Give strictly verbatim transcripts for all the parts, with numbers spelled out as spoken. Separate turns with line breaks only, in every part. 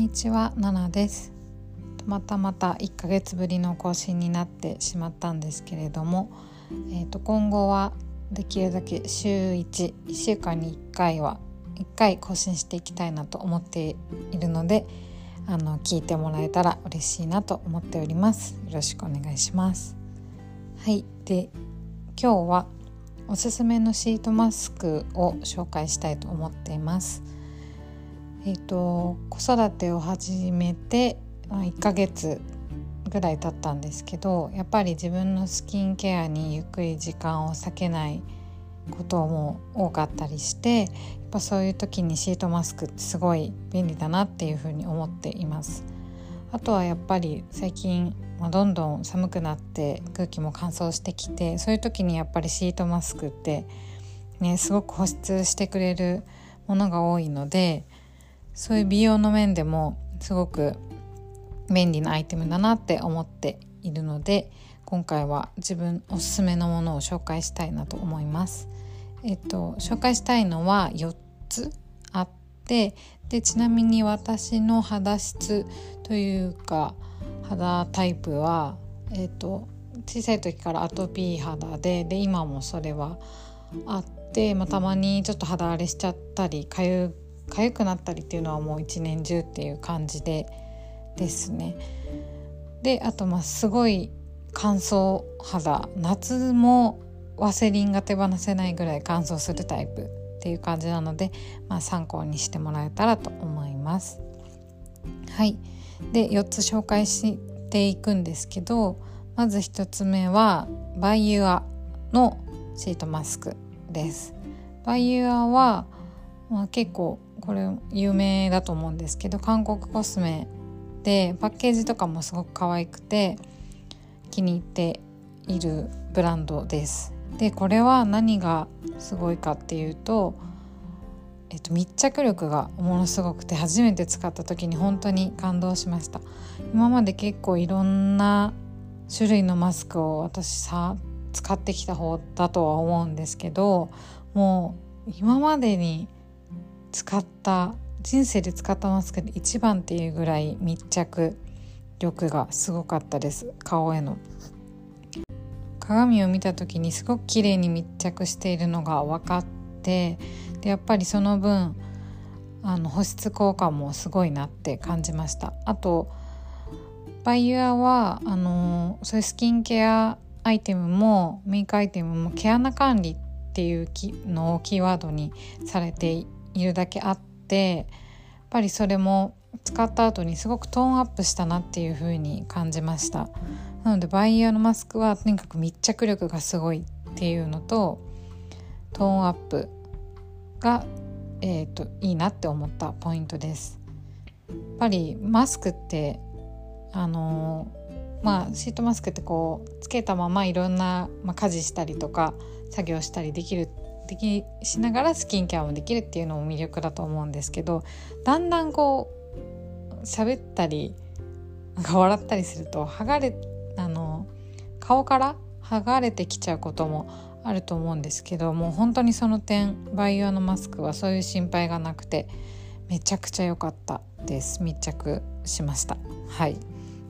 にちは、ナナです。またまたいっかげつぶりの更新になってしまったんですけれども、えー、と今後はできるだけ週いち、いっしゅうかんにいっかいはいっかい更新していきたいなと思っているので、あの聞いてもらえたら嬉しいなと思っております。よろしくお願いします。はい、で今日はおすすめのシートマスクを紹介したいと思っています。えーと、子育てを始めていっかげつぐらい経ったんですけど、やっぱり自分のスキンケアにゆっくり時間を割けないことも多かったりして、やっぱそういう時にシートマスクってすごい便利だなっていうふうに思っています。あとはやっぱり最近、まあ、どんどん寒くなって空気も乾燥してきて、そういう時にやっぱりシートマスクってね、すごく保湿してくれるものが多いので、そういう美容の面でもすごく便利なアイテムだなって思っているので、今回は自分おすすめのものを紹介したいなと思います。えっと紹介したいのはよっつあって、でちなみに私の肌質というか肌タイプは、えっと小さい時からアトピー肌で、で今もそれはあって、まあ、たまにちょっと肌荒れしちゃったりかゆかゆくなったりっていうのはもう一年中っていう感じでですね。であとまあすごい乾燥肌、夏もワセリンが手放せないぐらい乾燥するタイプっていう感じなので、まあ、参考にしてもらえたらと思います。はい、でよっつ紹介していくんですけど、まずひとつめはバイユアのシートマスクです。バイユアは、まあ、結構これ有名だと思うんですけど、韓国コスメでパッケージとかもすごく可愛くて気に入っているブランドです。でこれは何がすごいかっていうと、えっと、密着力がものすごくて、初めて使った時に本当に感動しました。今まで結構いろんな種類のマスクを私さ使ってきた方だとは思うんですけど、もう今までに使った人生で使ったマスクで一番っていうぐらい密着力がすごかったです。顔への鏡を見た時にすごく綺麗に密着しているのが分かって、でやっぱりその分あの保湿効果もすごいなって感じました。あとバイユアはあのそういうスキンケアアイテムもメイクアイテムも毛穴管理っていうのをキーワードにされているだけあって、やっぱりそれも使った後にすごくトーンアップしたなっていう風に感じました。なのでバイヤーのマスクはとにかく密着力がすごいっていうのと、トーンアップが、えーと、いいなって思ったポイントです。やっぱりマスクってあのー、まあシートマスクってこうつけたままいろんな、まあ、家事したりとか作業したりできるできしながらスキンケアもできるっていうのも魅力だと思うんですけど、だんだんこう喋ったりなんか笑ったりすると剥がれあの顔から剥がれてきちゃうこともあると思うんですけど、もう本当にその点バイユアのマスクはそういう心配がなくてめちゃくちゃ良かったです。密着しました。はい。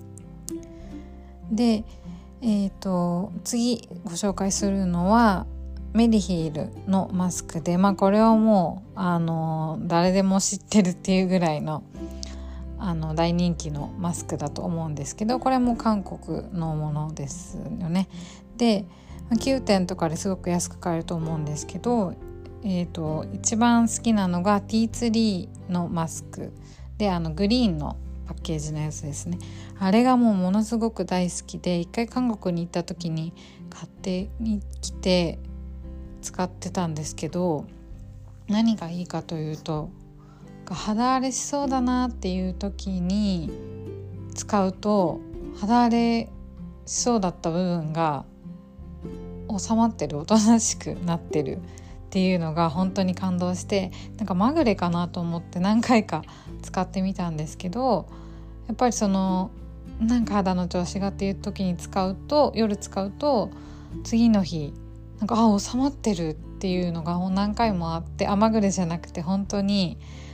で、えーと、次ご紹介するのはメディヒールのマスクで、まあこれはもうあの誰でも知ってるっていうぐらいのあの大人気のマスクだと思うんですけど、これも韓国のものですよね。できゅうてんとかですごく安く買えると思うんですけど、えーと、一番好きなのがティーツリーのマスクで、あのグリーンのパッケージのやつですね。あれがもうものすごく大好きで、一回韓国に行った時に買ってきて使ってたんですけど、何がいいかというと、肌荒れしそうだなっていう時に使うと肌荒れしそうだった部分が収まってる、おとなしくなってるっていうのが本当に感動して、なんかまぐれかなと思って何回か使ってみたんですけど、やっぱりそのなんか肌の調子がっていう時に使うと、夜使うと次の日なんかあ収まってるっていうのが何回もあって、あまぐれじゃなくて本当に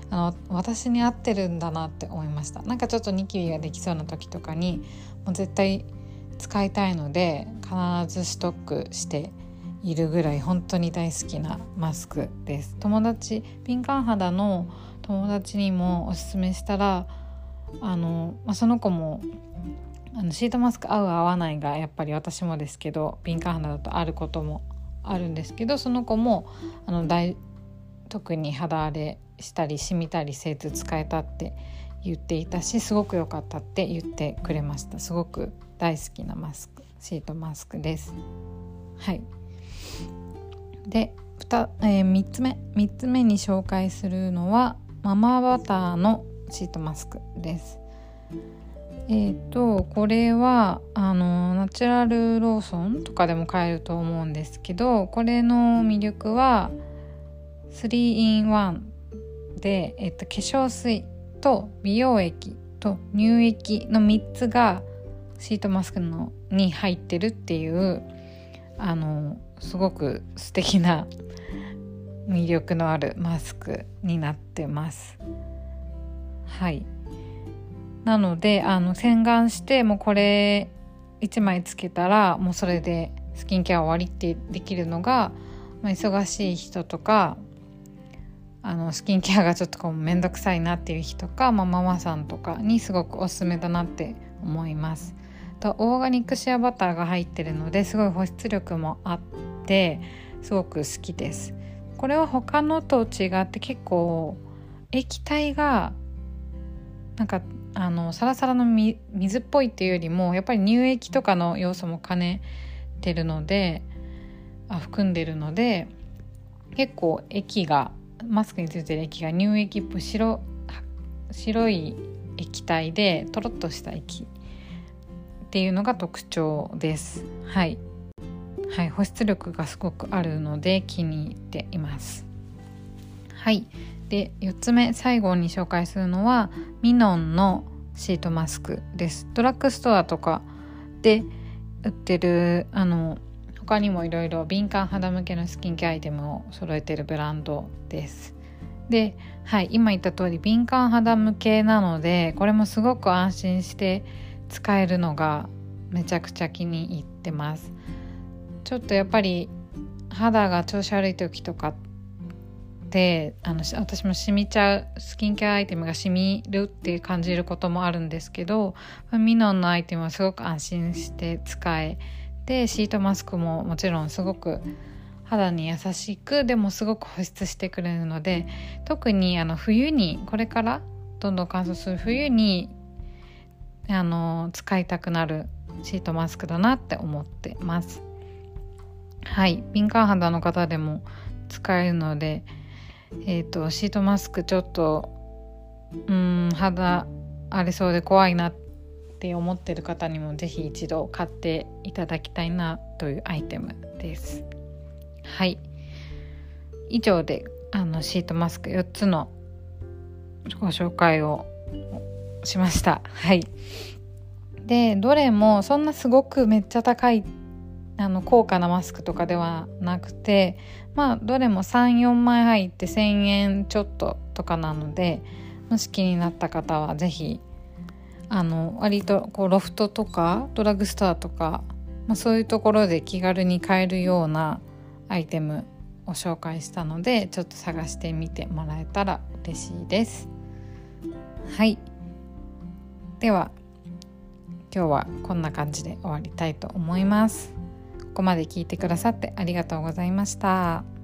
あの私に合ってるんだなって思いました。なんかちょっとニキビができそうな時とかにもう絶対使いたいので必ずストックしているぐらい本当に大好きなマスクです。友達敏感肌の友達にもおすすめしたらあの、まあ、その子もあのシートマスク合う合わないがやっぱり私もですけど敏感肌だとあることもあるんですけど、その子もあの大特に肌荒れしたり染みたりせず使えたって言っていたし、すごく良かったって言ってくれました。すごく大好きなマスクシートマスクです。はい。で、えー、みっつめみっつめに紹介するのはママバターのシートマスクです。えーとこれはあのナチュラルローソンとかでも買えると思うんですけど、これの魅力は スリーインワン で、えーと、化粧水と美容液と乳液のみっつがシートマスクのに入ってるっていうあのすごく素敵な魅力のあるマスクになってます。はい。なのであの洗顔してもうこれいちまいつけたらもうそれでスキンケア終わりってできるのが、まあ、忙しい人とかあのスキンケアがちょっとこうめんどくさいなっていう人か、まあ、ママさんとかにすごくおすすめだなって思います。とオーガニックシアバターが入ってるのですごい保湿力もあってすごく好きです。これは他のと違って結構液体がなんかあのサラサラの水っぽいっていうよりもやっぱり乳液とかの要素も兼ねてるのであ含んでるので結構液がマスクについてる液が乳液っぽい 白, 白い液体でトロッとした液っていうのが特徴です。はい、はい、保湿力がすごくあるので気に入っています。はい。でよっつめ最後に紹介するのはミノンのシートマスクです。ドラッグストアとかで売ってるあの他にもいろいろ敏感肌向けのスキンケアアイテムを揃えてるブランドです。で、はい、今言った通り敏感肌向けなのでこれもすごく安心して使えるのがめちゃくちゃ気に入ってます。ちょっとやっぱり肌が調子悪い時とかであの私も染みちゃうスキンケアアイテムが染みるって感じることもあるんですけど、ミノンのアイテムはすごく安心して使えて、シートマスクももちろんすごく肌に優しくでもすごく保湿してくれるので、特にあの冬にこれからどんどん乾燥する冬にあの使いたくなるシートマスクだなって思ってます。はい、敏感肌の方でも使えるのでえーと、シートマスクちょっとうーん肌荒れそうで怖いなって思ってる方にもぜひ一度買っていただきたいなというアイテムです。はい、以上であのシートマスクよっつのご紹介をしました。はい。でどれもそんなすごくめっちゃ高いあの高価なマスクとかではなくて、まあどれも さん,よん 枚入ってせんえんちょっととかなので、もし気になった方はぜひあの割とこうロフトとかドラッグストアとか、まあ、そういうところで気軽に買えるようなアイテムを紹介したのでちょっと探してみてもらえたら嬉しいです。はい、では今日はこんな感じで終わりたいと思います。ここまで聞いてくださってありがとうございました。